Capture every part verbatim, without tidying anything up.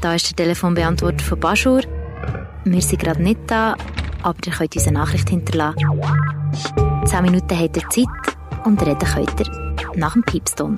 da ist der Telefonbeantworter von Baschur. Wir sind gerade nicht da, aber ihr könnt uns eine Nachricht hinterlassen. Zehn Minuten habt ihr Zeit und reden könnt ihr nach dem Piepston.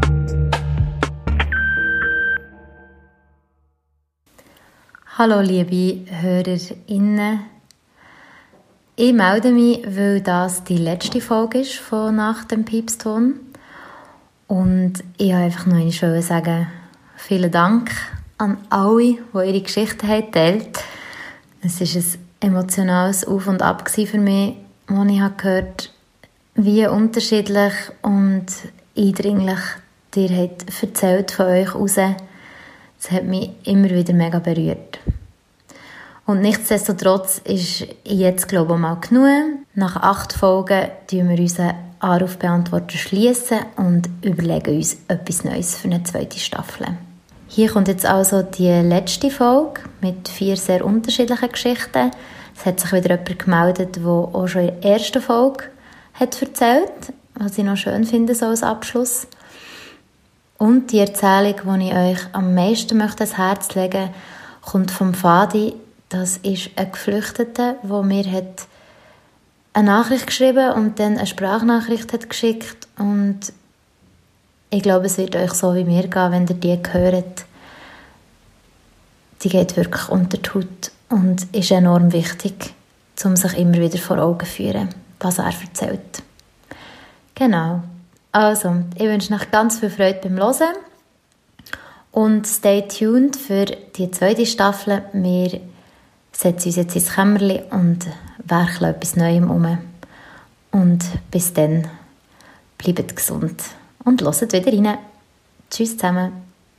Hallo liebe HörerInnen. Ich melde mich, weil das die letzte Folge ist von «Nach dem Piepston». Und ich wollte einfach noch einmal sagen, vielen Dank an alle, die ihre Geschichten haben geteilt. Es war ein emotionales Auf und Ab für mich, wo ich gehört habe, wie unterschiedlich und eindringlich ihr habt erzählt von euch raus. Das hat mich immer wieder mega berührt. Und nichtsdestotrotz ist jetzt, glaube ich, mal genug. Nach acht Folgen schließen wir unseren Anrufbeantworter schließen und überlegen uns etwas Neues für eine zweite Staffel. Hier kommt jetzt also die letzte Folge mit vier sehr unterschiedlichen Geschichten. Es hat sich wieder jemand gemeldet, der auch schon in der ersten Folge hat erzählt, was ich noch schön finde, so als Abschluss. Und die Erzählung, die ich euch am meisten möchte ans Herz legen möchte, kommt vom Fadi. Das ist ein Geflüchteter, der mir hat eine Nachricht geschrieben und dann eine Sprachnachricht hat geschickt. Und ich glaube, es wird euch so wie mir gehen, wenn ihr die hört. Die geht wirklich unter die Haut und ist enorm wichtig, um sich immer wieder vor Augen zu führen, was er erzählt. Genau. Also, ich wünsche euch ganz viel Freude beim Hören und stay tuned für die zweite Staffel. Wir setzen uns jetzt ins Kämmerchen und werkeln etwas Neues um. Und bis dann, bleibt gesund und hört wieder rein. Tschüss zusammen.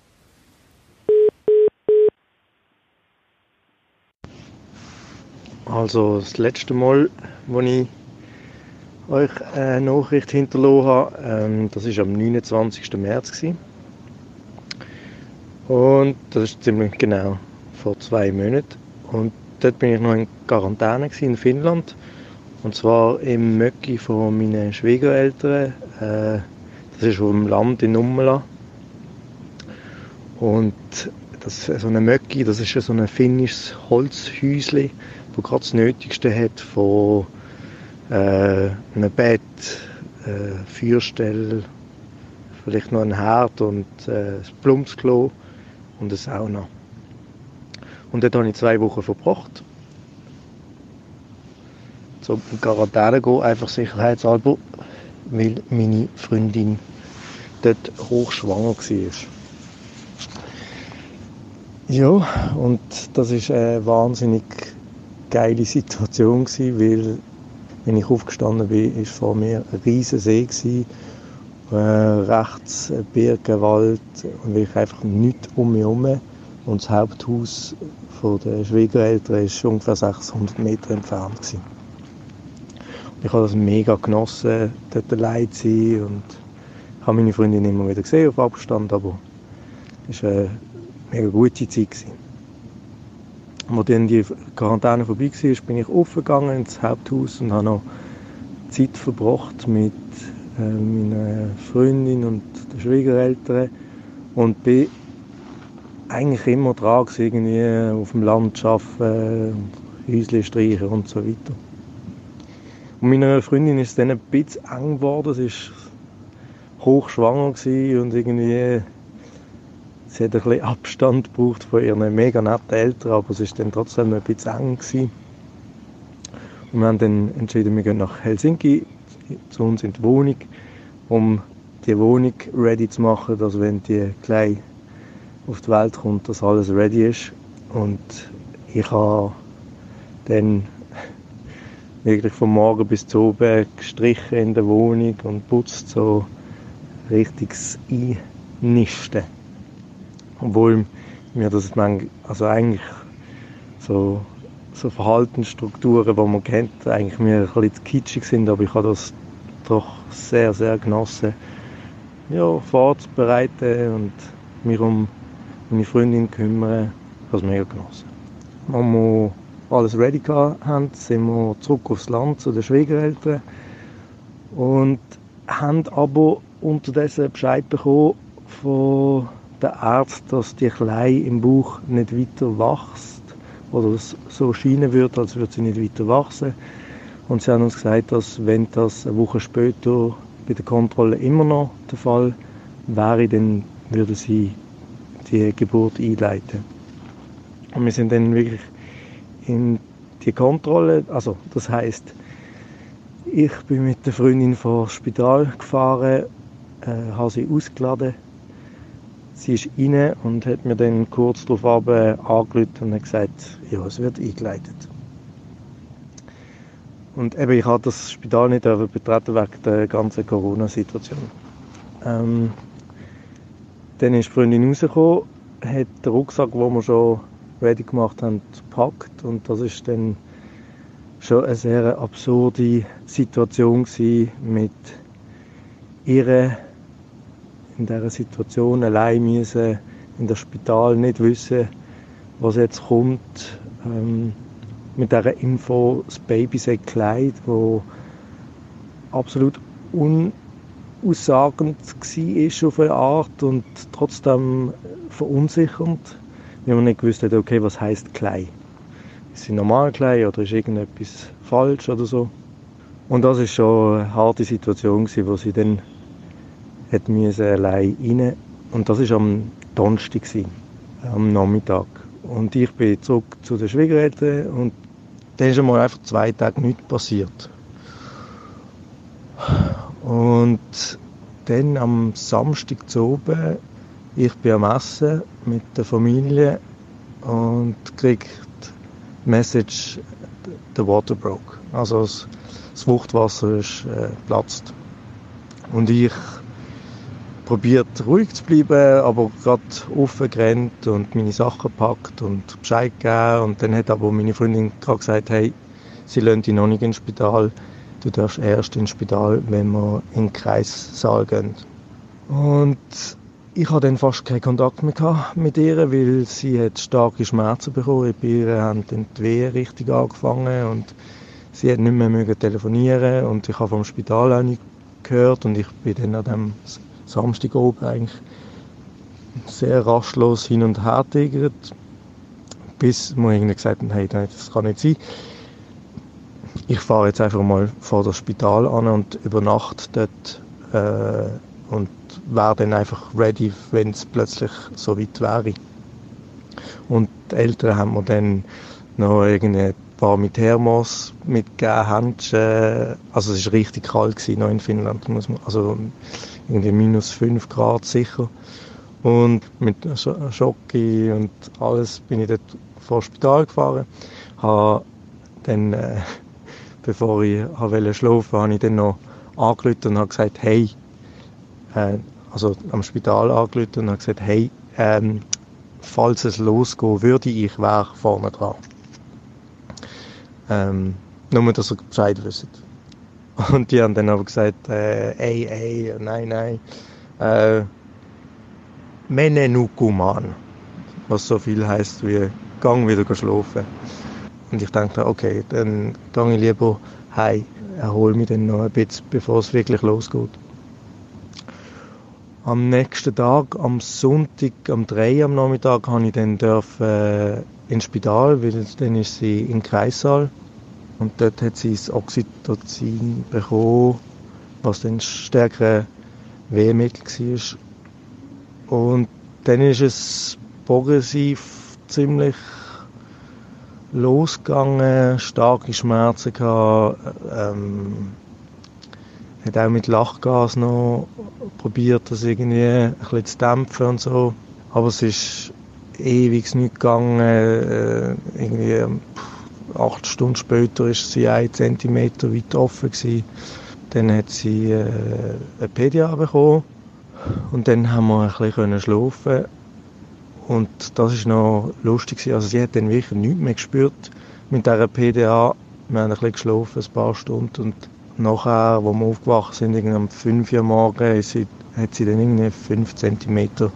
Also das letzte Mal, als ich euch eine Nachricht hinterlassen habe, ähm, das war am neunundzwanzigsten März. Gewesen. Und das ist ziemlich genau vor zwei Monaten. Und dort bin ich noch in Quarantäne in Finnland. Und zwar im Möcki von meinen Schwiegereltern. Äh, das ist auf dem Land in Nummela. Und das, so eine Möcki, das ist so ein finnisches Holzhäuschen, das gerade das Nötigste hat von äh, einem Bett, äh, Feuerstelle, vielleicht noch ein Herd und äh, ein Plumpsklo und eine Sauna. Und dort habe ich zwei Wochen verbracht. So in Quarantäne gehen, einfach sicherheitshalber, weil meine Freundin dort hochschwanger war. Ja, und das war eine wahnsinnig geile Situation, weil, wenn ich aufgestanden bin, war vor mir ein riesen See, äh, rechts ein Birkenwald und ich einfach nichts um mich herum. Und das Haupthaus der Schwiegereltern war ungefähr sechshundert Meter entfernt. Und ich habe das mega genossen, dort allein zu sein. Und ich habe meine Freundin immer wieder gesehen auf Abstand, aber es war eine mega gute Zeit. Als dann die Quarantäne vorbei war, bin ich aufgegangen ins Haupthaus und habe noch Zeit verbracht mit äh, meiner Freundin und den Schwiegereltern und bin eigentlich immer dran, irgendwie auf dem Land zu arbeiten, Häuschen streichen und so weiter. Und meiner Freundin ist es dann ein bisschen eng geworden. Sie war hochschwanger und irgendwie, sie hat ein bisschen Abstand gebraucht von ihren mega netten Eltern, aber es war dann trotzdem ein bisschen eng gewesen. Und wir haben dann entschieden, wir gehen nach Helsinki, zu uns in die Wohnung, um die Wohnung ready zu machen, dass wenn die gleich auf die Welt kommt, dass alles ready ist. Und ich habe dann wirklich von morgen bis zu oben gestrichen in der Wohnung und putzt, so richtiges Einnisten. Obwohl mir das manchmal, also eigentlich so, so Verhaltensstrukturen, die man kennt, eigentlich mir ein bisschen kitschig sind, aber ich habe das doch sehr, sehr genossen, ja, vorzubereiten und mich um meine Freundin kümmern. Ich habe es mega genossen. Als wir alles ready hatten, sind wir zurück aufs Land zu den Schwiegereltern und haben aber unterdessen Bescheid bekommen von der Arzt, dass die Klei im Bauch nicht weiter wächst oder es so scheinen würde, als würde sie nicht weiter wachsen. Und sie haben uns gesagt, dass wenn das eine Woche später bei der Kontrolle immer noch der Fall wäre, dann würde sie die Geburt einleiten. Und wir sind dann wirklich in die Kontrolle, also das heisst, ich bin mit der Freundin vor das Spital gefahren, äh, habe sie ausgeladen. Sie ist rein und hat mir dann kurz darauf angerufen und hat gesagt, ja, es wird eingeleitet. Und eben, ich habe das Spital nicht betreten wegen der ganzen Corona-Situation. Ähm, dann ist die Freundin rausgekommen, hat den Rucksack, den wir schon ready gemacht haben, gepackt. Und das ist dann schon eine sehr absurde Situation gewesen, mit ihr in dieser Situation allein müssen, in das Spital nicht wissen, was jetzt kommt. Ähm, mit dieser Info, das Baby sei Kleid, wo absolut unaussagend war auf eine Art und trotzdem verunsichernd, weil man nicht gewusst hat, okay, was heisst Kleid? Ist sie normal Kleid oder ist irgendetwas falsch oder so? Und das war schon eine harte Situation, wo sie dann hat müssen allein rein. Und das war am Donnerstag, am Nachmittag. Und ich bin zurück zu den Schwiegereltern und dann ist einmal einfach zwei Tage nichts passiert. Und dann am Samstag zu oben, ich bin am Essen mit der Familie und kriege die Message, the water broke. Also das, das Fruchtwasser ist äh, geplatzt. Und ich probiert ruhig zu bleiben, aber gerade aufgerannt und meine Sachen gepackt und Bescheid gegeben. Und dann hat aber meine Freundin gerade gesagt, hey, sie lassen dich noch nicht ins Spital. Du darfst erst ins Spital, wenn wir in den Kreissaal gehen. Und ich hatte dann fast keinen Kontakt mehr mit ihr, weil sie hat starke Schmerzen bekommen. Bei ihr haben dann die Wehen richtig angefangen und sie hat nicht mehr telefonieren und ich habe vom Spital auch nichts gehört und ich bin dann an dem Samstag oben eigentlich sehr rastlos hin und her tigert, bis wir irgendwie gesagt haben, hey, das kann nicht sein. Ich fahre jetzt einfach mal vor das Spital an und übernachte dort äh, und wäre dann einfach ready, wenn es plötzlich so weit wäre. Und die Eltern haben mir dann noch ein paar mit Thermos mitgegeben, Händchen. Also es war richtig kalt gewesen, noch in Finnland, muss man, also irgendwie minus fünf Grad sicher. Und mit Schocke und alles bin ich dort vor das Spital gefahren. Habe dann, äh, bevor ich wollte schlafen, habe ich dann noch angerufen und habe gesagt, hey, äh, also am Spital angerufen und habe gesagt, hey, ähm, falls es losgehen würde, ich wäre vorne dran. Ähm, nur, dass ihr Bescheid wisst. Und die haben dann aber gesagt, äh, ey, ey, nein, nein, äh, mene nukuman, was so viel heisst wie, gang wieder schlafen. Und ich dachte, okay, dann gehe ich lieber heim, erhole mich dann noch ein bisschen, bevor es wirklich losgeht. Am nächsten Tag, am Sonntag, am drei am Nachmittag, habe ich dann dürfen, äh, ins Spital, weil dann ist sie im Kreissaal. Und dort hat sie das Oxytocin bekommen, was dann stärkere Wehmittel war. Und dann ist es progressiv ziemlich losgegangen, starke Schmerzen gehabt, ähm, hat auch mit Lachgas noch probiert, das irgendwie ein bisschen zu dämpfen und so. Aber es ist ewig nicht gegangen, äh, irgendwie acht Stunden später war sie einen Zentimeter weit offen gewesen. Dann hat sie äh, eine P D A bekommen und dann haben wir ein bisschen schlafen. Und das war noch lustig. Also sie hat dann wirklich nichts mehr gespürt mit dieser P D A. Wir haben ein bisschen geschlafen, ein paar Stunden. Und nachher, als wir aufgewacht sind, irgendwie um fünf Uhr morgens, sie, hat sie dann irgendwie fünf Zentimeter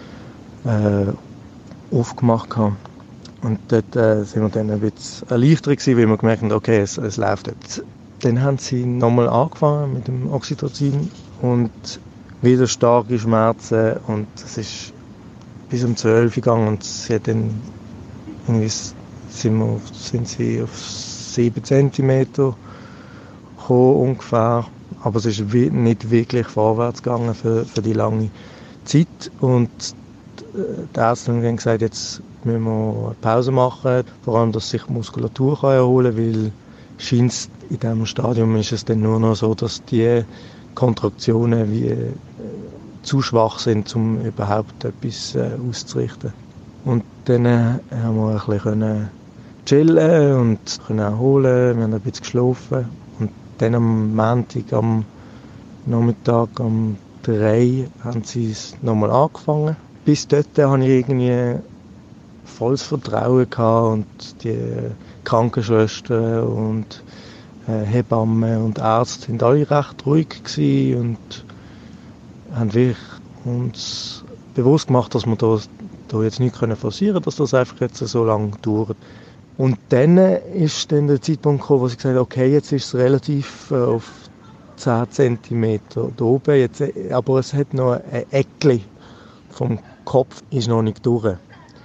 äh, aufgemacht gehabt. Und dort äh, sind wir dann ein bisschen erleichtert gewesen, weil wir gemerkt haben, okay, es, es läuft jetzt. Dann haben sie nochmal angefangen mit dem Oxytocin und wieder starke Schmerzen und es ist bis um zwölf Uhr gegangen und sie hat dann irgendwie sind, wir, sind sie auf sieben Zentimeter gekommen ungefähr. Aber es ist nicht wirklich vorwärts gegangen für, für die lange Zeit. Und die Ärzte haben gesagt, jetzt müssen wir eine Pause machen, vor allem, dass sich die Muskulatur kann erholen kann, weil scheint in diesem Stadium ist es dann nur noch so, dass die Kontraktionen wie äh, zu schwach sind, um überhaupt etwas äh, auszurichten. Und dann äh, haben wir ein bisschen chillen und können erholen, wir haben ein bisschen geschlafen. Und dann am Montag, am Nachmittag, um drei, haben sie es nochmal angefangen. Bis dort hatte ich irgendwie volles Vertrauen gehabt und die Krankenschwestern und äh, Hebammen und Ärzte waren alle recht ruhig gewesen und haben wirklich uns bewusst gemacht, dass wir da, da jetzt nicht forcieren können, dass das einfach jetzt so lange dauert. Und dann ist dann der Zeitpunkt gekommen, wo sie gesagt haben, okay, jetzt ist es relativ äh, auf zehn Zentimeter da oben, jetzt, aber es hat noch ein Eckchen vom Kopf, ist noch nicht durch.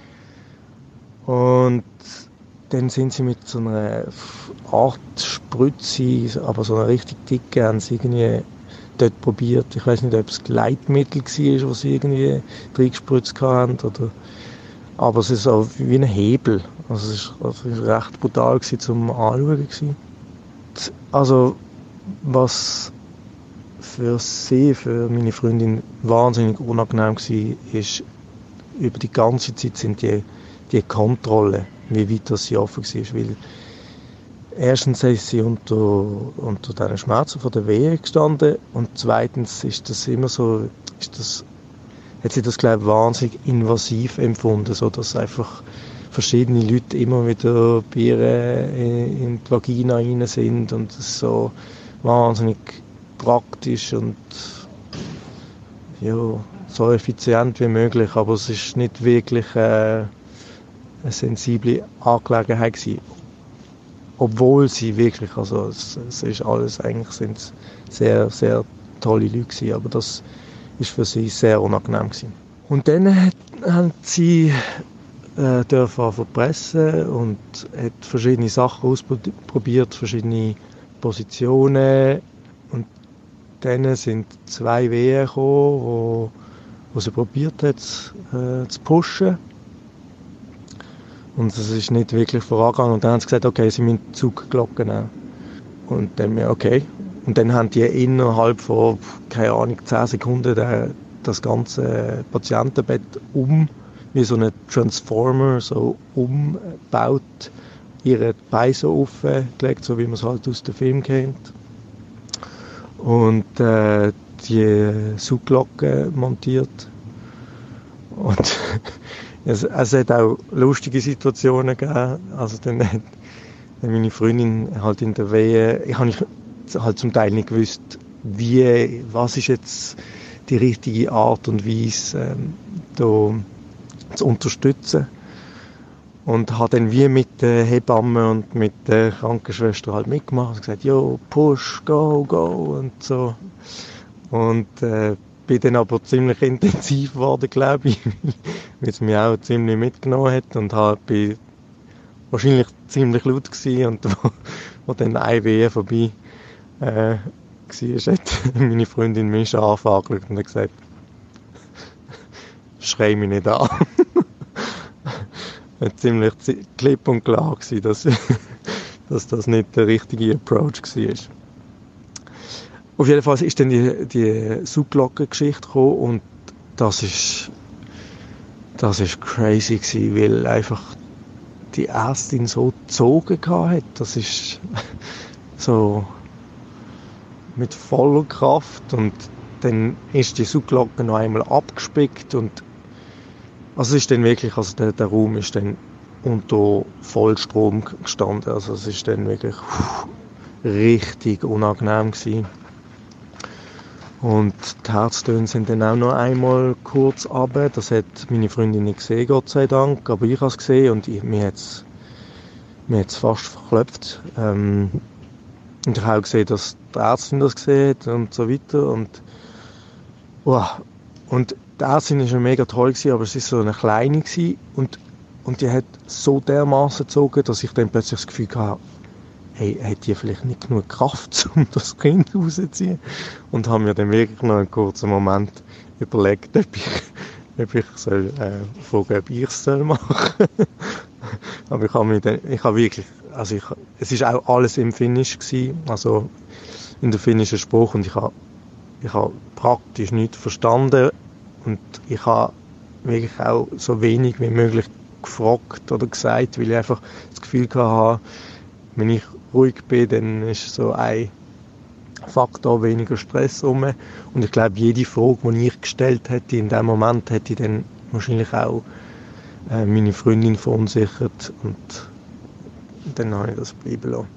Und dann sind sie mit so einer Art Spritze, aber so einer richtig dicke, haben sie irgendwie dort probiert. Ich weiß nicht, ob es Gleitmittel war, was sie irgendwie reingespritzt haben, oder, aber es ist auch wie ein Hebel. Also es war also recht brutal zum Anschauen. Also was für sie, für meine Freundin wahnsinnig unangenehm war, ist, über die ganze Zeit sind die, die Kontrolle, wie weit das sie offen war. Weil erstens ist sie unter, unter den Schmerzen von der Wehe gestanden und zweitens ist das immer so, ist das, hat sie das, glaube ich, wahnsinnig invasiv empfunden, so dass einfach verschiedene Leute immer wieder bei ihr in die Vagina rein sind und es so wahnsinnig praktisch und ja, so effizient wie möglich, aber es ist nicht wirklich äh, eine sensible Angelegenheit gewesen. Obwohl sie wirklich, also es, es ist alles, eigentlich sind es sehr, sehr tolle Leute gewesen, aber das ist für sie sehr unangenehm gewesen. Und dann hat, haben sie äh, dürfen verpressen und hat verschiedene Sachen ausprobiert, verschiedene Positionen und dann sind zwei Wehen gekommen, wo, wo sie probiert hat äh, zu pushen. Und es ist nicht wirklich vorangegangen. Und dann haben sie gesagt, okay, sie müssen Zugglocken nehmen. Und dann, okay. Und dann haben die innerhalb von, keine Ahnung, zehn Sekunden der, das ganze Patientenbett um, wie so ein Transformer, so umgebaut, ihre Beine so aufgelegt, so wie man es halt aus dem Film kennt. Und äh, die Zugglocken montiert. Und Es, es hat auch lustige Situationen gegeben. Also dann hat meine Freundin halt in der Wehe, ich habe halt zum Teil nicht gewusst, wie, was ist jetzt die richtige Art und Weise, ähm, da zu unterstützen. Und habe dann wie mit den Hebammen und mit den Krankenschwestern halt mitgemacht und gesagt, jo, push, go, go und so. Und äh, bin dann aber ziemlich intensiv geworden, glaube ich, weil es mich auch ziemlich mitgenommen hat und halt bin wahrscheinlich ziemlich laut gewesen und wo, wo dann eine Wehe vorbei äh, war, hat meine Freundin mich scharf angeschaut und hat gesagt, schrei mich nicht an. Ziemlich klipp und klar gewesen, dass, dass das nicht der richtige Approach war. Auf jeden Fall ist dann die, die Zugglocken-Geschichte gekommen und das ist, das ist crazy gewesen, weil einfach die Ärztin so gezogen hat. Das ist so mit voller Kraft und dann ist die Zuglocke noch einmal abgespickt und also es ist dann wirklich, also der, der Raum ist dann unter Vollstrom gestanden, also es ist dann wirklich pff, richtig unangenehm gewesen. Und die Herztöne sind dann auch noch einmal kurz runter. Das hat meine Freundin nicht gesehen, Gott sei Dank. Aber ich habe es gesehen und ich, mir hat es mir hat's fast verklopft. Ähm, und ich habe auch gesehen, dass die Ärztin das gesehen hat und so weiter. Und, oh, und die Ärztin war mega toll, gewesen, aber es war so eine kleine gewesen, und, und die hat so dermaßen gezogen, dass ich dann plötzlich das Gefühl hatte, hey, hat die vielleicht nicht genug Kraft, um das Kind rauszuziehen? Und habe mir dann wirklich noch einen kurzen Moment überlegt, ob ich, ob ich soll, äh, fragen, ob ich es soll machen. Aber ich habe mich dann, ich habe wirklich, also ich, es war auch alles im Finnisch gewesen, also in der finnischen Sprache, und ich habe, ich habe praktisch nichts verstanden, und ich habe wirklich auch so wenig wie möglich gefragt oder gesagt, weil ich einfach das Gefühl hatte, wenn ich ruhig bin, dann ist so ein Faktor weniger Stress rum. Und ich glaube, jede Frage, die ich gestellt hätte in dem Moment, hätte ich dann wahrscheinlich auch äh, meine Freundin verunsichert, und dann habe ich das bleiben lassen.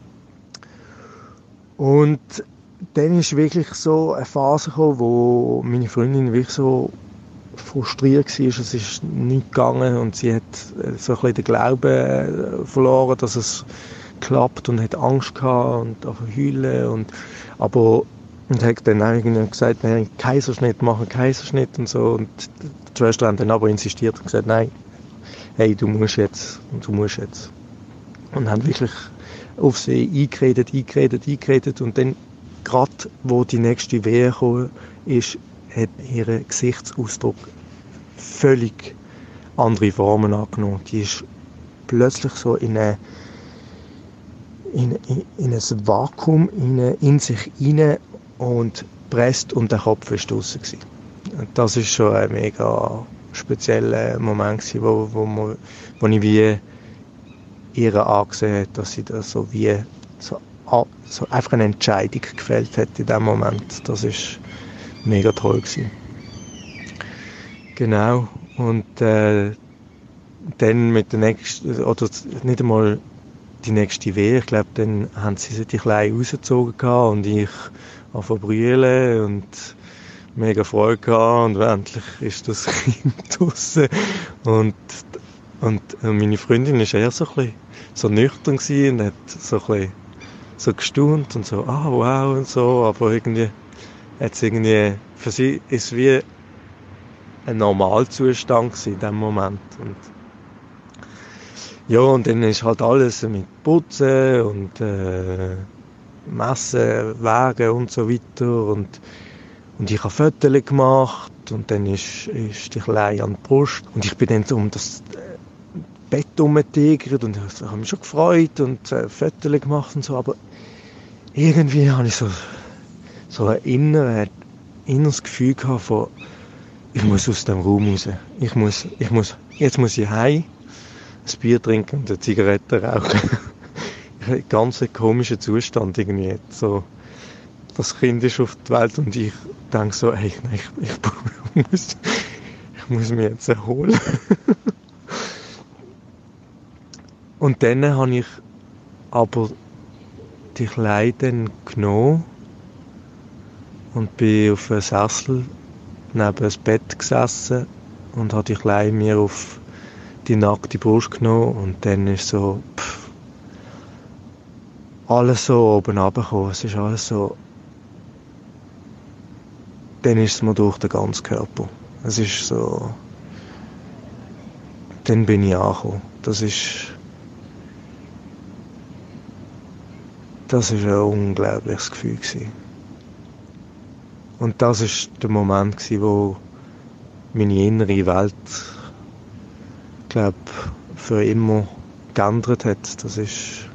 Und dann ist wirklich so eine Phase gekommen, wo meine Freundin wirklich so frustriert war. Es ist nicht gegangen, und sie hat so ein bisschen den Glauben verloren, dass es klappt, und hat Angst gehabt und auf heulen, und aber und hat dann auch irgendwie gesagt, nein, Kaiserschnitt machen, Kaiserschnitt und so, und die Schwester hat dann aber insistiert und gesagt, nein, hey, du musst jetzt, du musst jetzt, und haben wirklich auf sie eingeredet, eingeredet, eingeredet, und dann gerade, wo die nächste Wehe gekommen ist, hat ihr Gesichtsausdruck völlig andere Formen angenommen. Die ist plötzlich so in eine in, in, in ein Vakuum in, in sich hinein und presst, und der Kopf war draussen gewesen. Und das war schon ein mega spezieller Moment gewesen, wo, wo, man, wo ich wie ihr angesehen habe, dass sie das so wie so, so einfach eine Entscheidung gefällt hat in dem Moment. Das war mega toll gewesen. Genau. Und äh, dann mit der nächsten, oder nicht einmal die nächste Wehe, ich glaube, dann haben sie die Kleine rausgezogen gehabt, und ich angefangen zu brüllen und mega Freude gehabt, und endlich ist das Kind draussen. Und, und meine Freundin war eher so ein bisschen so nüchtern gewesen und hat so ein bisschen so gestaunt und so, ah, wow, und so, aber irgendwie hat es irgendwie, für sie ist es wie ein Normalzustand gewesen in dem Moment. Und ja, und dann ist halt alles mit Putzen und äh, Messen, Wägen und so weiter, und, und ich habe Fotos gemacht, und dann ist, ist die Kleine an der Brust, und ich bin dann so um das Bett herumgetigert, und ich habe mich schon gefreut und äh, Fotos gemacht und so, aber irgendwie habe ich so, so ein inneres, inneres Gefühl gehabt von, ich muss aus dem Raum raus, ich muss, ich muss, jetzt muss ich heim, ein Bier trinken und eine Zigarette rauchen. Ein ganz komischer Zustand irgendwie jetzt. So, das Kind ist auf der Welt, und ich denke so, hey, nein, ich, ich, muss, ich muss mich jetzt erholen. Und dann habe ich aber die Kleine genommen und bin auf einem Sessel neben das Bett gesessen und habe die Kleine mir auf die nackte Brust genommen, und dann ist so pff, alles so oben runtergekommen. Es ist alles so, dann ist es mir durch den ganzen Körper. Es ist so, dann bin ich angekommen. Das ist das ist ein unglaubliches Gefühl gewesen. Und das ist der Moment gewesen, wo meine innere Welt, glaube, für immer geändert hat. Das ist,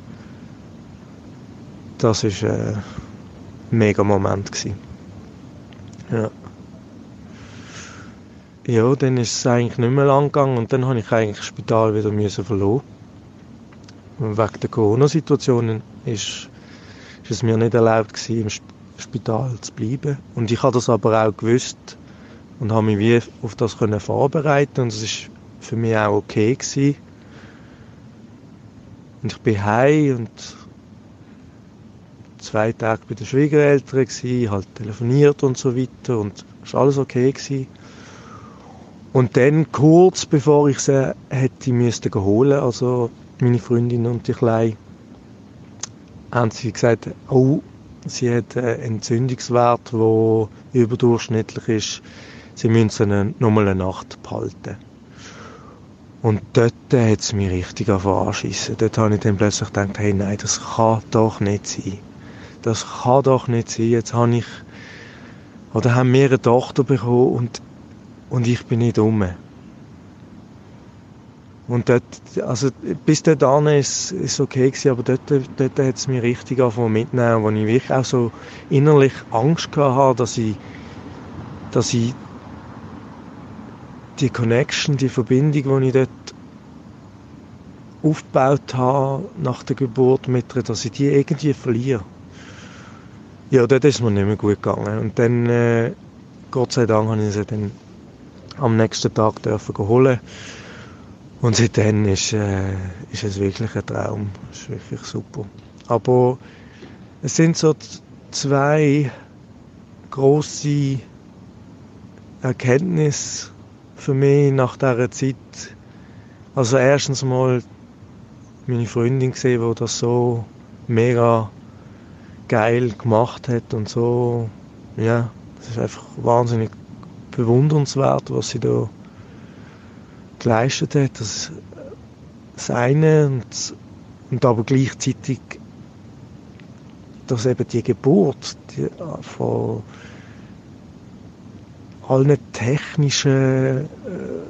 das ist ein mega Moment gewesen. Ja. Ja, dann ist es eigentlich nicht mehr lang gegangen, und dann habe ich eigentlich das Spital wieder müssen verlassen. Wegen der Corona-Situation ist, ist es mir nicht erlaubt gewesen, im Spital zu bleiben. Und ich habe das aber auch gewusst und habe mich wie auf das können vorbereiten, und es ist für mich auch okay gewesen. Und ich bin heim und zwei Tage bei den Schwiegereltern gewesen, halt telefoniert und so weiter, und es war alles okay gewesen. Und dann, kurz bevor ich sie hätte müssen holen, also meine Freundin und die Kleine, haben sie gesagt, oh, sie hat einen Entzündungswert, der überdurchschnittlich ist. sie müssen sie nochmal eine Nacht behalten. Und dort hat es mich richtig angeschissen. Dort habe ich dann plötzlich gedacht, hey, nein, das kann doch nicht sein. Das kann doch nicht sein. Jetzt habe ich, oder haben wir eine Tochter bekommen und, und ich bin nicht rum. Und dort, also bis dahin ist es okay gewesen, aber dort, dort hat es mich richtig angefangen mitnehmen, wo ich wirklich auch so innerlich Angst hatte, dass ich, dass ich die Connection, die Verbindung, die ich dort aufgebaut habe nach der Geburt mit ihr, dass ich die irgendwie verliere. Ja, dort ist mir nicht mehr gut gegangen. Und dann, äh, Gott sei Dank, habe ich sie dann am nächsten Tag dürfen holen. Und seitdem ist, äh, ist es wirklich ein Traum. Das ist wirklich super. Aber es sind so zwei grosse Erkenntnisse für mich nach dieser Zeit. Also erstens mal meine Freundin gesehen, die das so mega geil gemacht hat und so. Ja, es ist einfach wahnsinnig bewundernswert, was sie da geleistet hat. Das, das eine und, und aber gleichzeitig, dass eben die Geburt die, von allen technischen äh,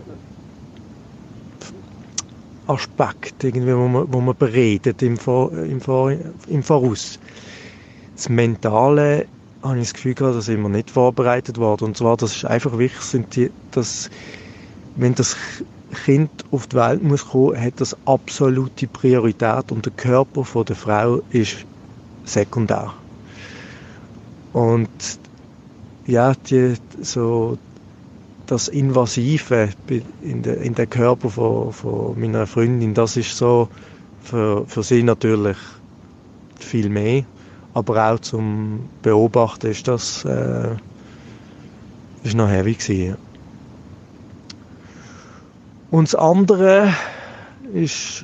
Aspekten, irgendwie, wo man, wo man beredet im, Vor, im, Vor, im Voraus. Das Mentale habe ich das Gefühl gehabt, dass immer nicht vorbereitet worden. Und zwar, das ist einfach wichtig, sind die, dass, wenn das Kind auf die Welt muss kommen, hat das absolute Priorität und der Körper von der Frau ist sekundär. Und ja, die, so das Invasive in der, in der Körper von, von meiner Freundin, das ist so für, für sie natürlich viel mehr. Aber auch zum Beobachten ist das äh, ist noch heavy gewesen. Und das andere ist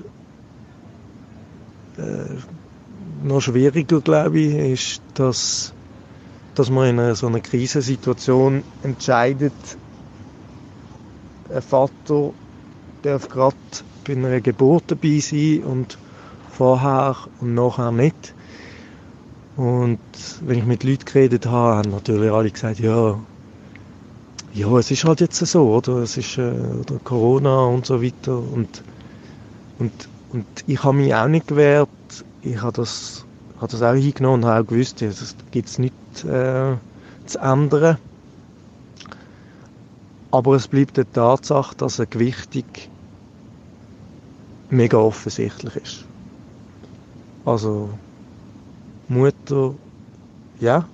äh, noch schwieriger, glaube ich, ist, dass, dass man in einer so einer Krisensituation entscheidet, ein Vater darf gerade bei einer Geburt dabei sein und vorher und nachher nicht. Und wenn ich mit Leuten geredet habe, haben natürlich alle gesagt, ja, ja, es ist halt jetzt so, oder? Es ist äh, oder Corona und so weiter. Und, und, und ich habe mich auch nicht gewehrt. Ich habe das, habe das auch hingenommen und habe auch gewusst, ja, das gibt es nicht äh, zu ändern. Aber es bleibt die Tatsache, dass eine Gewichtung mega offensichtlich ist. Also Mutter, ja.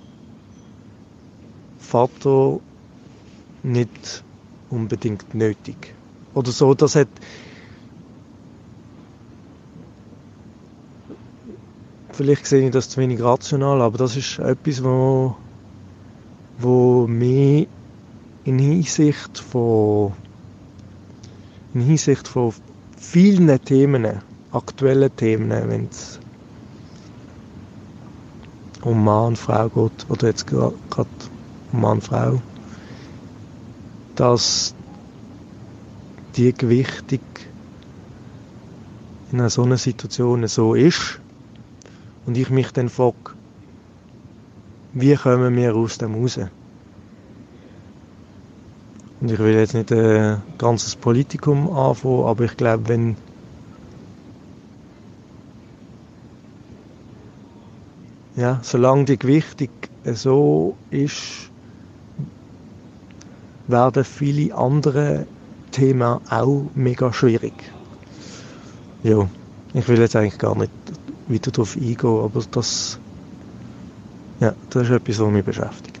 Vater, nicht unbedingt nötig. Oder so, das hat vielleicht sehe ich das zu wenig rational, aber das ist etwas, wo, wo mich in Hinsicht von in Hinsicht von vielen Themen, aktuellen Themen, wenn es um Mann und Frau geht, oder jetzt gerade um Mann und Frau, dass die Gewichtung in einer so einer Situation so ist und ich mich dann frage, wie kommen wir aus dem raus? Und ich will jetzt nicht ein ganzes Politikum anfangen, aber ich glaube, wenn ja, solange die Gewichtung so ist, werden viele andere Themen auch mega schwierig. Ja, ich will jetzt eigentlich gar nicht weiter darauf eingehen, aber das, ja, das ist etwas, was mich beschäftigt.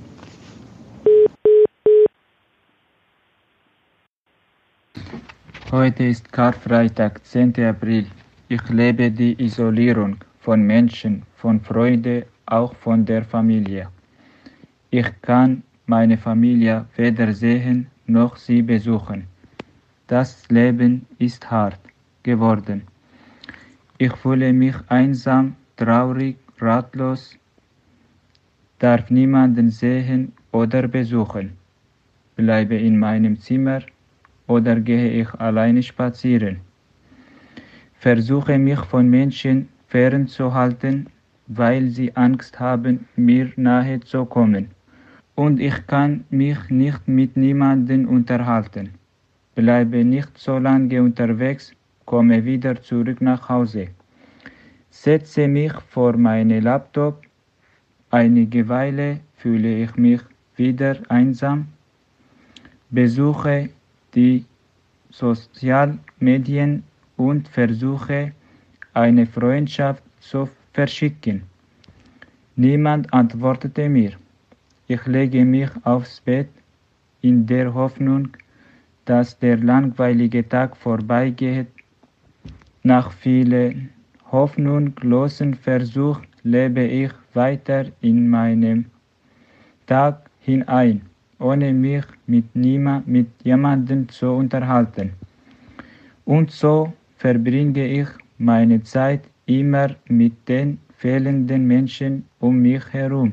Heute ist Karfreitag, zehnter April. Ich lebe die Isolierung von Menschen, von Freunden, auch von der Familie. Ich kann meine Familie weder sehen noch sie besuchen. Das Leben ist hart geworden. Ich fühle mich einsam, traurig, ratlos, darf niemanden sehen oder besuchen. bleibe in meinem Zimmer oder gehe ich alleine spazieren. Versuche mich von Menschen fernzuhalten, weil sie Angst haben, mir nahe zu kommen. Und ich kann mich nicht mit niemandem unterhalten. Bleibe nicht so lange unterwegs, komme wieder zurück nach Hause. Setze mich vor meinen Laptop. Einige Weile fühle ich mich wieder einsam. Besuche die Sozialmedien und versuche, eine Freundschaft zu verschicken. Niemand antwortete mir. Ich lege mich aufs Bett in der Hoffnung, dass der langweilige Tag vorbeigeht. Nach vielen hoffnungslosen Versuchen lebe ich weiter in meinem Tag hinein, ohne mich mit niemand, mit jemandem zu unterhalten. Und so verbringe ich meine Zeit immer mit den fehlenden Menschen um mich herum.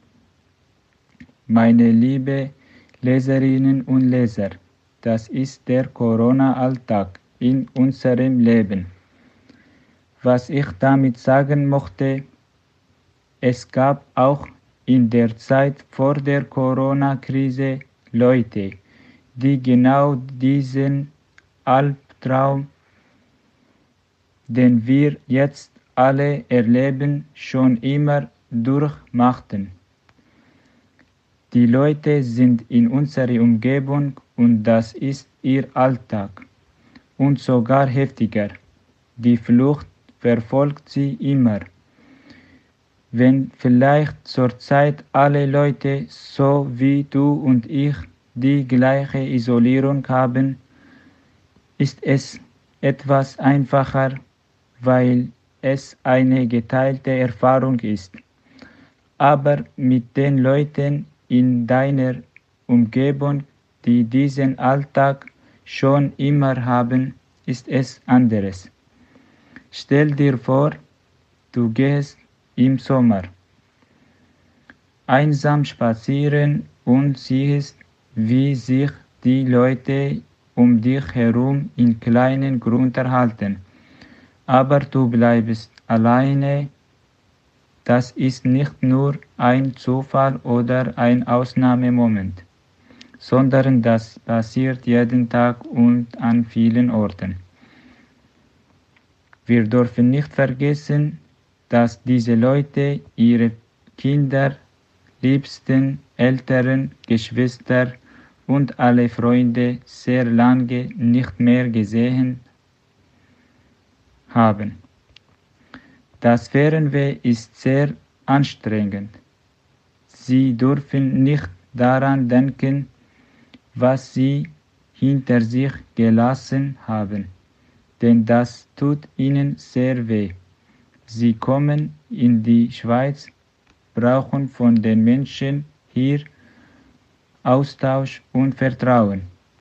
Meine liebe Leserinnen und Leser, das ist der Corona-Alltag in unserem Leben. Was ich damit sagen möchte, es gab auch in der Zeit vor der Corona-Krise Leute, die genau diesen Albtraum, den wir jetzt alle erleben, schon immer durchmachten. Die Leute sind in unserer Umgebung und das ist ihr Alltag. Und sogar heftiger. Die Flucht verfolgt sie immer. Wenn vielleicht zurzeit alle Leute so wie du und ich die gleiche Isolierung haben, ist es etwas einfacher, weil es eine geteilte Erfahrung ist. Aber mit den Leuten in deiner Umgebung, die diesen Alltag schon immer haben, ist es anderes. Stell dir vor, du gehst im Sommer einsam spazieren und siehst, wie sich die Leute um dich herum in kleinen Gruppen unterhalten. Aber du bleibst alleine. Das ist nicht nur ein Zufall oder ein Ausnahmemoment, sondern das passiert jeden Tag und an vielen Orten. Wir dürfen nicht vergessen, dass diese Leute ihre Kinder, Liebsten, Eltern, Geschwister und alle Freunde sehr lange nicht mehr gesehen haben. Das Fernweh ist sehr anstrengend. Sie dürfen nicht daran denken, was sie hinter sich gelassen haben, denn das tut ihnen sehr weh. Sie kommen in die Schweiz, brauchen von den Menschen hier Austausch und Vertrauen.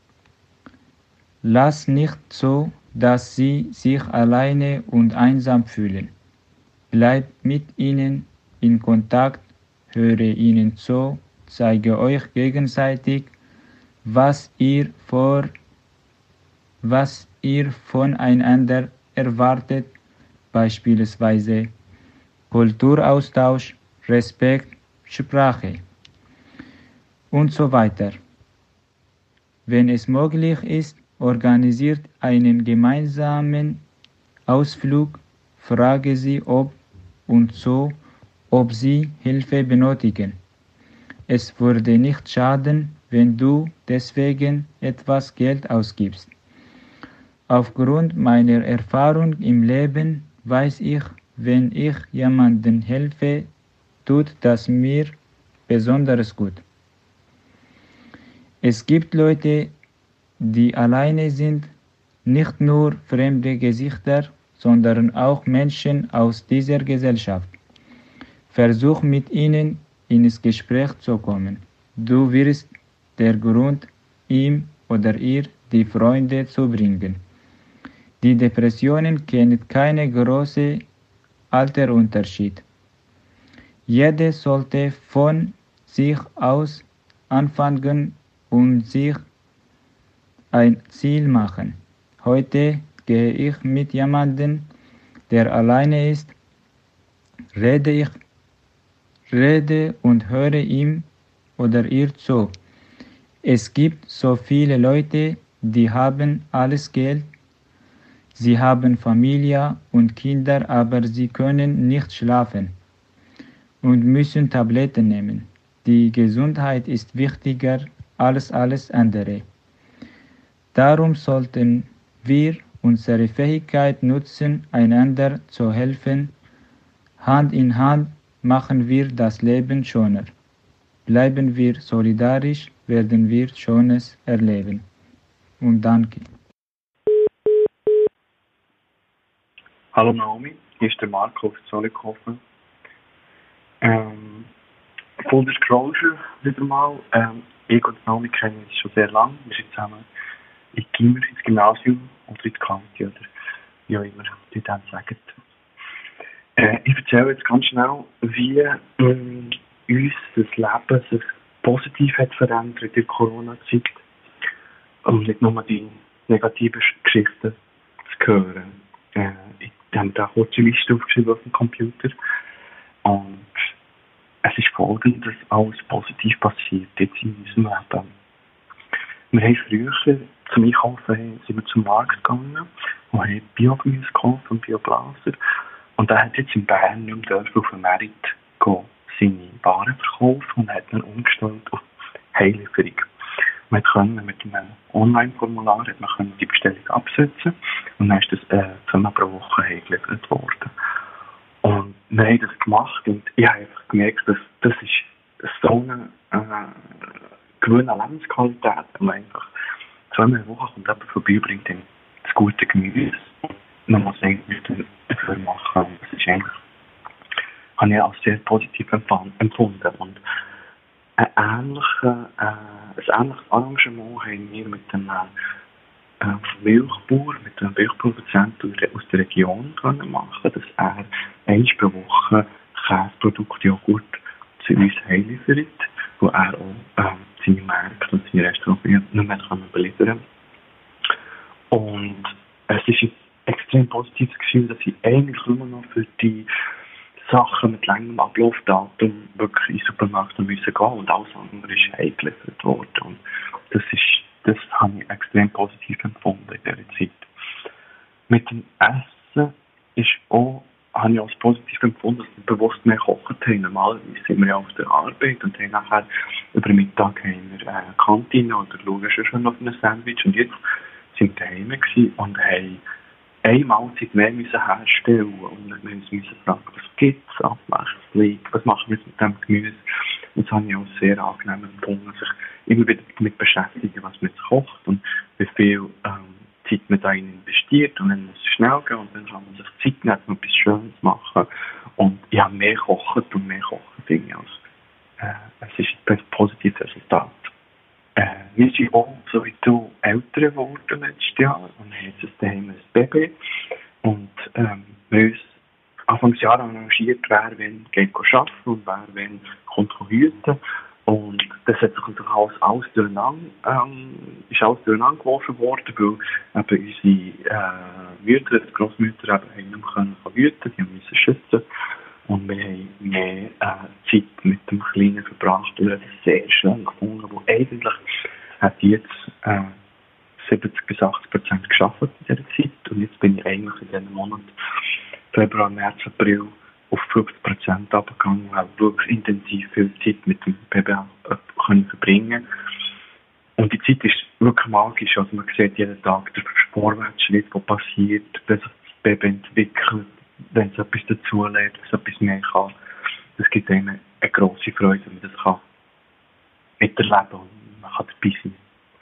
Lass nicht zu, dass sie sich alleine und einsam fühlen. Bleib mit ihnen in Kontakt, höre ihnen zu, zeige euch gegenseitig, was ihr vor, was ihr voneinander erwartet, beispielsweise Kulturaustausch, Respekt, Sprache und so weiter. Wenn es möglich ist, organisiert einen gemeinsamen Ausflug, frage sie ob und so, ob sie Hilfe benötigen. Es würde nicht schaden, wenn du deswegen etwas Geld ausgibst. Aufgrund meiner Erfahrung im Leben weiß ich, wenn ich jemandem helfe, tut das mir besonders gut. Es gibt Leute, die alleine sind, nicht nur fremde Gesichter, sondern auch Menschen aus dieser Gesellschaft. Versuch mit ihnen ins Gespräch zu kommen. Du wirst der Grund, ihm oder ihr die Freunde zu bringen. Die Depressionen kennen keinen großen Altersunterschied. Jeder sollte von sich aus anfangen und sich ein Ziel machen. Heute gehe ich mit jemandem, der alleine ist, rede ich, rede und höre ihm oder ihr zu. Es gibt so viele Leute, die haben alles Geld, sie haben Familie und Kinder, aber sie können nicht schlafen und müssen Tabletten nehmen. Die Gesundheit ist wichtiger als alles andere. Darum sollten wir unsere Fähigkeit nutzen, einander zu helfen. Hand in Hand machen wir das Leben schöner. Bleiben wir solidarisch, werden wir Schönes erleben. Und danke. Hallo Naomi, hier ist der Marco aus Zollikofen. Ähm, Full Disclosure wieder mal. Ähm, ich und Naomi kennen uns schon sehr lange. Wir sind zusammen in Gimmer, ins Gymnasium oder in die Kante oder wie auch immer die dann sagen. Äh, ich erzähle jetzt ganz schnell, wie ähm, uns das Leben sich positiv hat verändert in der Corona-Zeit und nicht nur die negativen Geschichten zu hören. Äh, ich habe da eine kurze Liste aufgeschrieben auf dem Computer und es ist folgendes alles positiv passiert jetzt in unserem Leben. Wir haben früher zum Einkaufen sind wir zum Markt gegangen und haben Biogemüse gekauft und Bioblaser. Und er hat jetzt in Bern nicht mehr auf dem Markt gehen, seine Waren verkaufen und hat dann umgestellt auf Heimlieferung. Man konnte mit einem Online-Formular hat man die Bestellung absetzen und dann ist das äh, zweimal pro Woche heimgeliefert worden. Und wir haben das gemacht und ich habe einfach gemerkt, dass das ist so eine äh, gewöhnliche Lebensqualität, wenn man einfach zweimal in der Woche kommt jemand vorbei, bringt ihm das gute Gemüse. Man muss eigentlich dafür machen. Das ist eigentlich, habe ich als sehr positiv empfunden. Und ein ähnliches, äh, ein ähnliches Arrangement haben wir mit einem äh, Milchbauer, mit einem Milchproduzenten aus der Region können machen, dass er einmal pro Woche Käseprodukte, Joghurt zu uns heimliefert, wo er auch ähm, seine Märkte und seine Restaurants nicht mehr beliefern kann. Und es ist ein extrem positives Gefühl, dass ich eigentlich nur noch für die Sachen mit längem Ablaufdatum wirklich in den Supermarkt müssen gehen und alles andere ist heimgeliefert worden. Und das ist, das habe ich extrem positiv empfunden in dieser Zeit. Mit dem Essen ist auch, habe ich als positiv empfunden, dass wir bewusst mehr gekocht haben. Normalerweise sind wir ja auf der Arbeit und haben nachher über den Mittag haben wir eine Kantine oder schauen schon auf ein Sandwich. Und jetzt sind wir daheim gewesen und haben eine Mahlzeit mehr müssen herstellen und wir müssen fragen, was gibt es, abwechselnd, was machen wir mit dem Gemüse. Und das habe ich auch sehr angenehm empfunden, sich immer wieder damit beschäftigen, was man jetzt kocht und wie viel ähm, Zeit man da investiert. Und dann muss es schnell gehen und dann kann man sich Zeit nehmen, um etwas Schönes zu machen. Und ich habe mehr gekocht und mehr kochen finde ich als äh, es ist ein positives Resultat. Äh, wir sind auch, so wie du, älter geworden letztes Jahr und haben jetzt daheim ein Baby. Und ähm, wir uns Anfangsjahr arrangiert, wer wenn geht arbeiten und wer wenn kommt hüten. Und das hat sich natürlich alles, alles durcheinander, ähm, ist alles durcheinander geworfen worden, weil eben unsere äh, Mütter, die Grossmütter eben haben nicht mehr hüten, die müssen schützen. Und wir haben mehr äh, Zeit mit dem Kleinen verbracht und haben es sehr schön gefunden, wo eigentlich hat jetzt äh, siebzig bis achtzig Prozent geschafft in dieser Zeit und jetzt bin ich eigentlich in diesem Monat Februar, März, April auf fünfzig Prozent runtergegangen und habe wirklich intensiv viel Zeit mit dem Baby können verbringen. Und die Zeit ist wirklich magisch, also man sieht jeden Tag den Vorwärtsschritt, der passiert, wenn sich das Baby entwickelt, wenn es etwas dazulernt, wenn es etwas mehr kann. Das gibt einem eine grosse Freude, wenn man das kann miterleben und man kann dabei sein.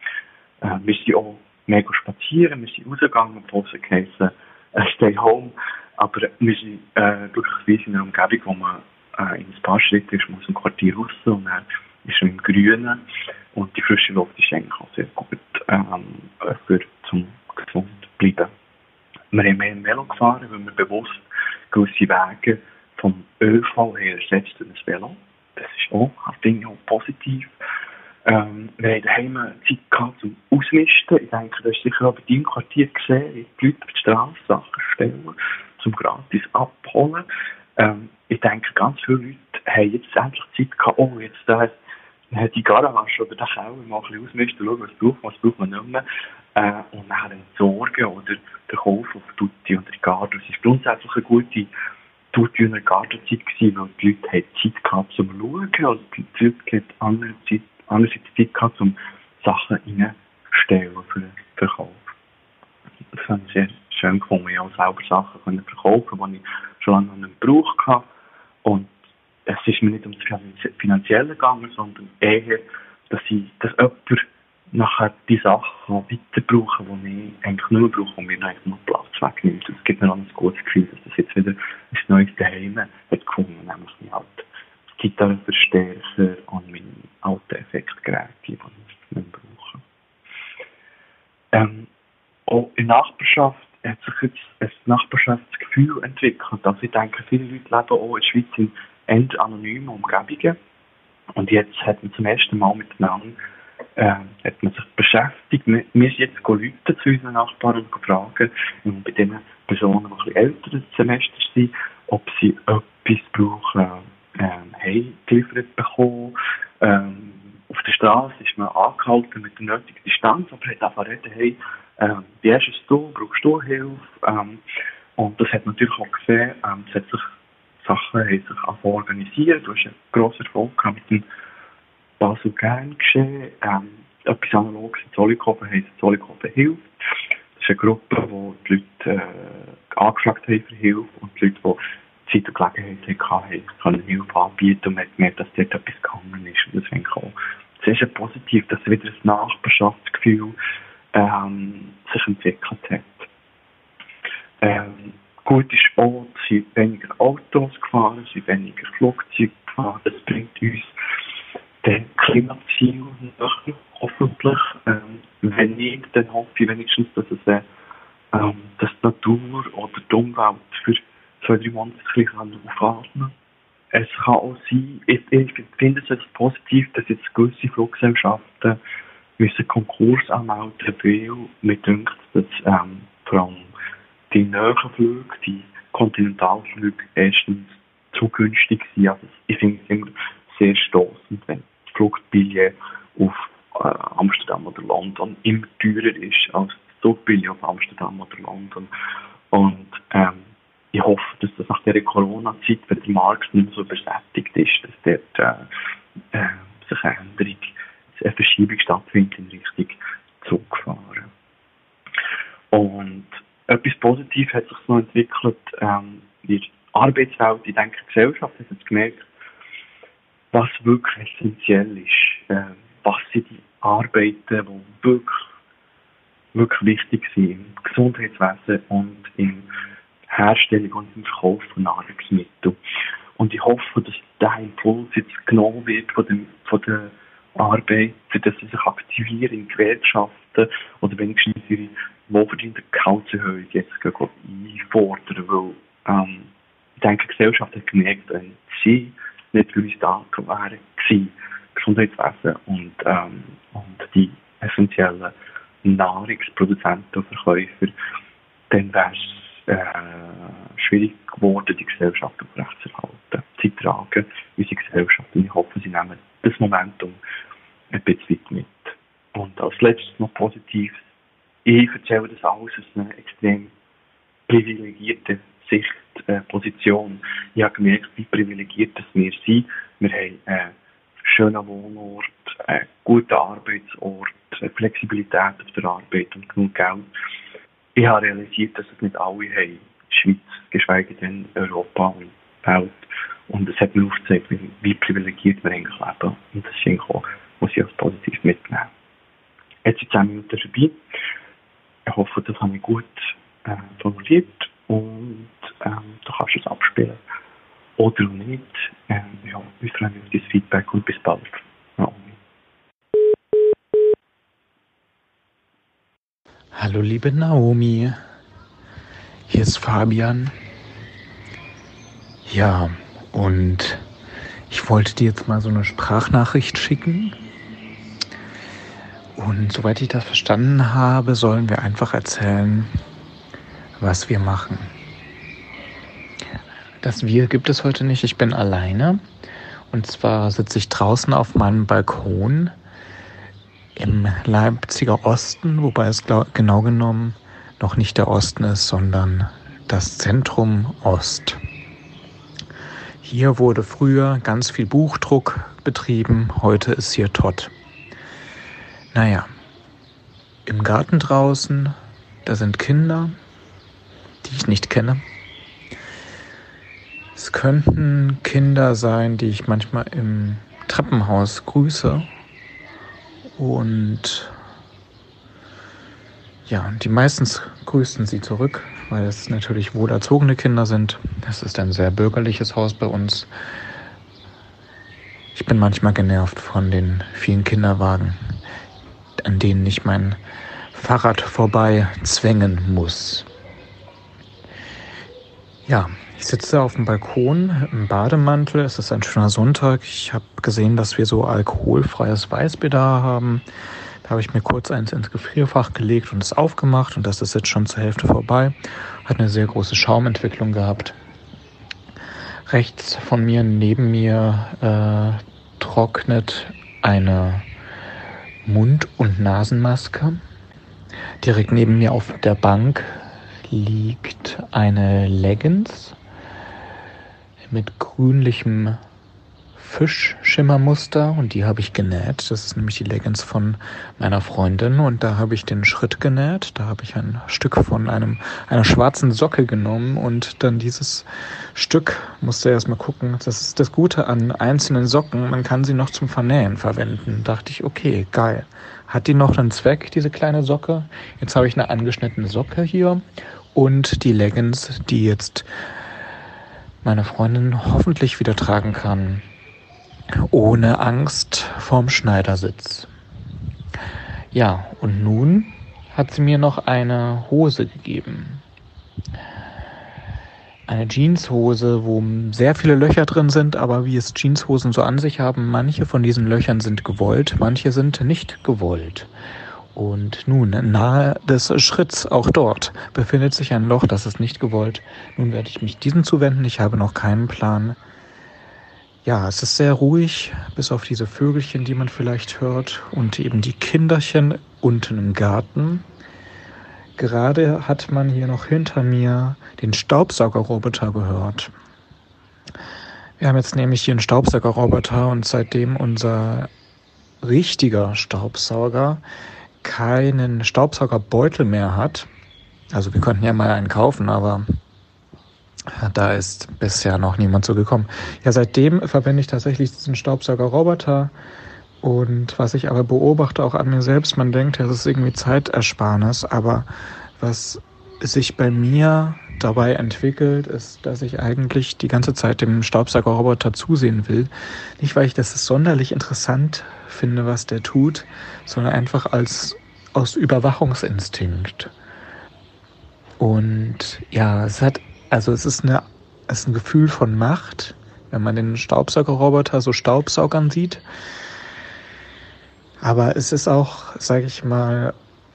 Äh, wir sind auch mega spazieren, wir sind rausgegangen, obwohl es geheißen äh, Stay Home, aber wir sind äh, glücklicherweise in einer Umgebung, wo man äh, in ein paar Schritte ist, man aus dem Quartier raus und dann ist man im Grünen und die frische Luft ist eigentlich auch sehr gut ähm, für zum gesund bleiben. Wir haben mehr Velo gefahren, weil wir bewusst gewisse Wege vom ÖV her ersetzt durch ein Velo. Das ist auch, finde ich, auch positiv. Ähm, wir haben daheim Zeit gehabt zum Ausmisten. Ich denke, das ist sicher auch bei deinem Quartier gesehen, wie die Leute auf die Straße Sachen stellen, zum gratis abholen. Ähm, ich denke, ganz viele Leute haben jetzt endlich Zeit gehabt, oh, jetzt da die Garage oder den Keller mal ein bisschen ausmisten, schauen, was braucht man, was braucht man nicht mehr. Äh, und dann entsorgen oder den Kauf auf Tutti oder die Garde. Das ist grundsätzlich eine gute Tutti- und Gartenzeit gewesen, weil die Leute haben Zeit gehabt zum Schauen und die Leute haben andererseits, andererseits Zeit gehabt, um Sachen reinzustellen für den Verkauf. Das habe ich sehr schön gefunden. Ich habe selber Sachen können verkaufen, die ich schon lange nicht gebraucht habe. Und es ist mir nicht um das Finanzielle gegangen, sondern eher, dass ich, dass jemand nachher die Sachen weiter brauchen, die ich eigentlich nicht mehr brauche und mir eigentlich noch Platz wegnimmt. Es gibt mir auch ein gutes Gefühl, dass das jetzt wieder ein neues Daheim hat gefunden, nämlich mein alter Gitarrenverstärker und meine alten Effektgeräte, die ich nicht mehr brauche. Ähm, auch in der Nachbarschaft hat sich jetzt ein Nachbarschaftsgefühl entwickelt. Also ich denke, viele Leute leben auch in der Schweiz in eher anonymen Umgebungen. Und jetzt hat man zum ersten Mal miteinander äh, hat man sich beschäftigt. Wir, wir sind jetzt Leute zu unseren Nachbarn und fragen, und bei den Personen, die ein bisschen älter im Semester sind, ob sie etwas brauchen, ähm, heimgeliefert bekommen. Ähm, auf der Straße ist man angehalten mit der nötigen Distanz, aber hat einfach reden, hey, ähm, wie hast du, brauchst du Hilfe? Ähm, und das hat natürlich auch gesehen, ähm, es hat sich Sachen haben sich auch organisiert. Du hast einen grossen Erfolg mit dem Basel Gern geschehen. Ähm, etwas Analoges in Zollikofen heisst Zollikofen Hilfe. Das ist eine Gruppe, wo die Leute äh, angefragt haben für Hilfe und die Leute, die Zeit und Gelegenheit hatten, können Hilfe anbieten und man hat gemerkt, dass dort etwas gegangen ist. Und deswegen auch sehr, sehr positiv, dass wieder ein Nachbarschaftsgefühl ähm, sich entwickelt hat. Ähm, Gut ist auch, es sind weniger Autos gefahren, es sind weniger Flugzeuge gefahren. Das bringt uns den Klimaziel näher, hoffentlich. Ähm, wenn nicht, dann hoffe ich wenigstens, dass, es, äh, ähm, dass die Natur oder die Umwelt für zwei, drei Monate ein bisschen aufatmen kann. Es kann auch sein, ich, ich finde es jetzt positiv, dass jetzt gewisse Fluggesellschaften müssen Konkurs anmelden, weil mir denkt, dass ähm, vor allem die nahen Flüge, die Kontinentalflüge erstens zu günstig sind. Also ich finde es immer sehr stossend, wenn das Flugbillett auf äh, Amsterdam oder London immer teurer ist als das Zugbillett auf Amsterdam oder London. Und ähm, ich hoffe, dass das nach dieser Corona-Zeit, wenn der Markt nicht mehr so übersättigt ist, dass dort äh, äh, sich eine Änderung, eine Verschiebung stattfindet in Richtung Zugfahren. Und etwas Positives hat sich noch entwickelt ähm, in der Arbeitswelt. Ich denke, die Gesellschaft hat jetzt gemerkt, was wirklich essentiell ist. Äh, was sind die Arbeiten, die wirklich, wirklich wichtig sind im Gesundheitswesen und in Herstellung und im Verkauf von Nahrungsmitteln. Und ich hoffe, dass dieser Impuls jetzt genommen wird von den, von den Arbeitern, dass sie sich aktivieren in Gewerkschaften oder wenigstens ihre wohlverdiente Gehaltserhöhung jetzt einfordern, weil ähm, ich denke, die Gesellschaft hat gemerkt, wenn sie nicht für uns da wären, Gesundheitswesen und, ähm, und die essentiellen Nahrungsproduzenten und Verkäufer, dann wäre es äh, schwierig geworden, die Gesellschaft aufrechtzuerhalten. Sie tragen unsere Gesellschaft und ich hoffe, sie nehmen das Momentum ein bisschen mit. Und als letztes noch positiv, ich erzähle das alles aus einer extrem privilegierten Sichtposition. Äh, ich habe gemerkt, wie privilegiert wir sind. Wir haben einen schönen Wohnort, einen guten Arbeitsort, Flexibilität auf der Arbeit und genug Geld. Ich habe realisiert, dass es nicht alle haben, in der Schweiz, geschweige denn Europa und Welt. Und es hat mir aufgezeigt, wie, wie privilegiert wir eigentlich leben. Und das ist auch, muss ich als positiv mitnehmen. Jetzt sind zehn Minuten vorbei. Ich hoffe, das habe ich gut äh, formuliert und ähm, du kannst es abspielen. Oder nicht. Ähm, ja, wir freuen uns auf das Feedback und bis bald. Ja. Hallo liebe Naomi, hier ist Fabian. Ja, und ich wollte dir jetzt mal so eine Sprachnachricht schicken. Und soweit ich das verstanden habe, sollen wir einfach erzählen, was wir machen. Das Wir gibt es heute nicht, ich bin alleine. Und zwar sitze ich draußen auf meinem Balkon im Leipziger Osten, wobei es genau genommen noch nicht der Osten ist, sondern das Zentrum Ost. Hier wurde früher ganz viel Buchdruck betrieben, heute ist hier Todd. Naja, im Garten draußen, da sind Kinder, die ich nicht kenne. Es könnten Kinder sein, die ich manchmal im Treppenhaus grüße. Und ja, die meistens grüßen sie zurück, weil es natürlich wohlerzogene Kinder sind. Das ist ein sehr bürgerliches Haus bei uns. Ich bin manchmal genervt von den vielen Kinderwagen, an denen ich mein Fahrrad vorbei zwängen muss. Ja, ich sitze auf dem Balkon im Bademantel. Es ist ein schöner Sonntag. Ich habe gesehen, dass wir so alkoholfreies Weißbier da haben. Da habe ich mir kurz eins ins Gefrierfach gelegt und es aufgemacht. Und das ist jetzt schon zur Hälfte vorbei. Hat eine sehr große Schaumentwicklung gehabt. Rechts von mir, neben mir, äh, trocknet eine Mund- und Nasenmaske. Direkt neben mir auf der Bank liegt eine Leggings mit grünlichem Fischschimmermuster und die habe ich genäht. Das ist nämlich die Leggings von meiner Freundin und da habe ich den Schritt genäht. Da habe ich ein Stück von einem einer schwarzen Socke genommen und dann dieses Stück, musste erstmal gucken, das ist das Gute an einzelnen Socken, man kann sie noch zum Vernähen verwenden. Da dachte ich, okay, geil. Hat die noch einen Zweck, diese kleine Socke? Jetzt habe ich eine angeschnittene Socke hier und die Leggings, die jetzt meine Freundin hoffentlich wieder tragen kann, ohne Angst vorm Schneidersitz. Ja, und nun hat sie mir noch eine Hose gegeben. Eine Jeanshose, wo sehr viele Löcher drin sind, aber wie es Jeanshosen so an sich haben, manche von diesen Löchern sind gewollt, manche sind nicht gewollt. Und nun, nahe des Schritts, auch dort, befindet sich ein Loch, das ist nicht gewollt. Nun werde ich mich diesem zuwenden, ich habe noch keinen Plan. Ja, es ist sehr ruhig, bis auf diese Vögelchen, die man vielleicht hört, und eben die Kinderchen unten im Garten. Gerade hat man hier noch hinter mir den Staubsaugerroboter gehört. Wir haben jetzt nämlich hier einen Staubsaugerroboter und seitdem unser richtiger Staubsauger keinen Staubsaugerbeutel mehr hat, also wir könnten ja mal einen kaufen, aber da ist bisher noch niemand so gekommen. Ja, seitdem verwende ich tatsächlich diesen Staubsaugerroboter und was ich aber beobachte auch an mir selbst, man denkt, das ist irgendwie Zeitersparnis, aber was sich bei mir dabei entwickelt, ist, dass ich eigentlich die ganze Zeit dem Staubsaugerroboter zusehen will. Nicht, weil ich das sonderlich interessant finde, was der tut, sondern einfach als aus Überwachungsinstinkt. Und ja, es hat, also es ist eine, es ist ein Gefühl von Macht, wenn man den Staubsaugerroboter so staubsaugern sieht. Aber es ist auch, sage ich mal,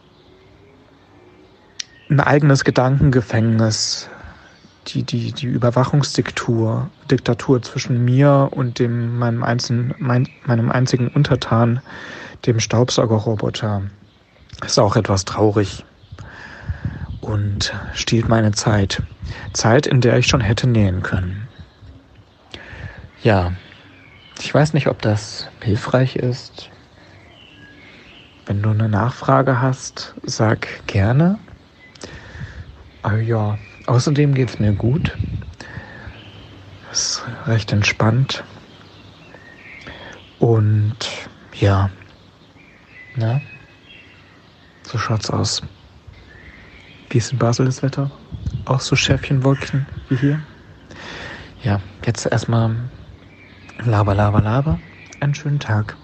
ein eigenes Gedankengefängnis, die, die, die Überwachungsdiktatur, Diktatur zwischen mir und dem, meinem, einzelnen, mein, meinem einzigen Untertan, dem Staubsaugerroboter. Ist auch etwas traurig und stiehlt meine Zeit. Zeit, in der ich schon hätte nähen können. Ja, ich weiß nicht, ob das hilfreich ist. Wenn du eine Nachfrage hast, sag gerne. Aber ja, außerdem geht es mir gut. Es ist recht entspannt. Und ja, na, so schaut's aus. Wie ist in Basel das Wetter? Auch so Schäfchenwolken wie hier? Ja, jetzt erstmal laber, laber, laber. Einen schönen Tag.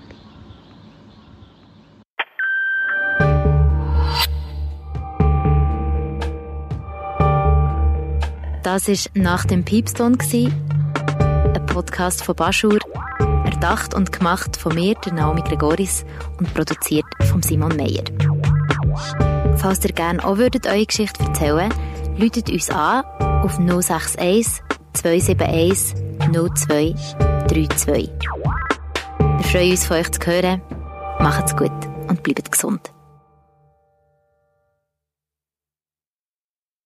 Das war «Nach dem Piepston», ein Podcast von Baschur, erdacht und gemacht von mir, der Naomi Gregoris, und produziert vom von Simon Meyer. Falls ihr gerne auch würdet eure Geschichte erzählen würdet, ruft uns an auf null sechs eins, zwei sieben eins, null zwei drei zwei. Wir freuen uns, von euch zu hören. Macht's gut und bleibt gesund.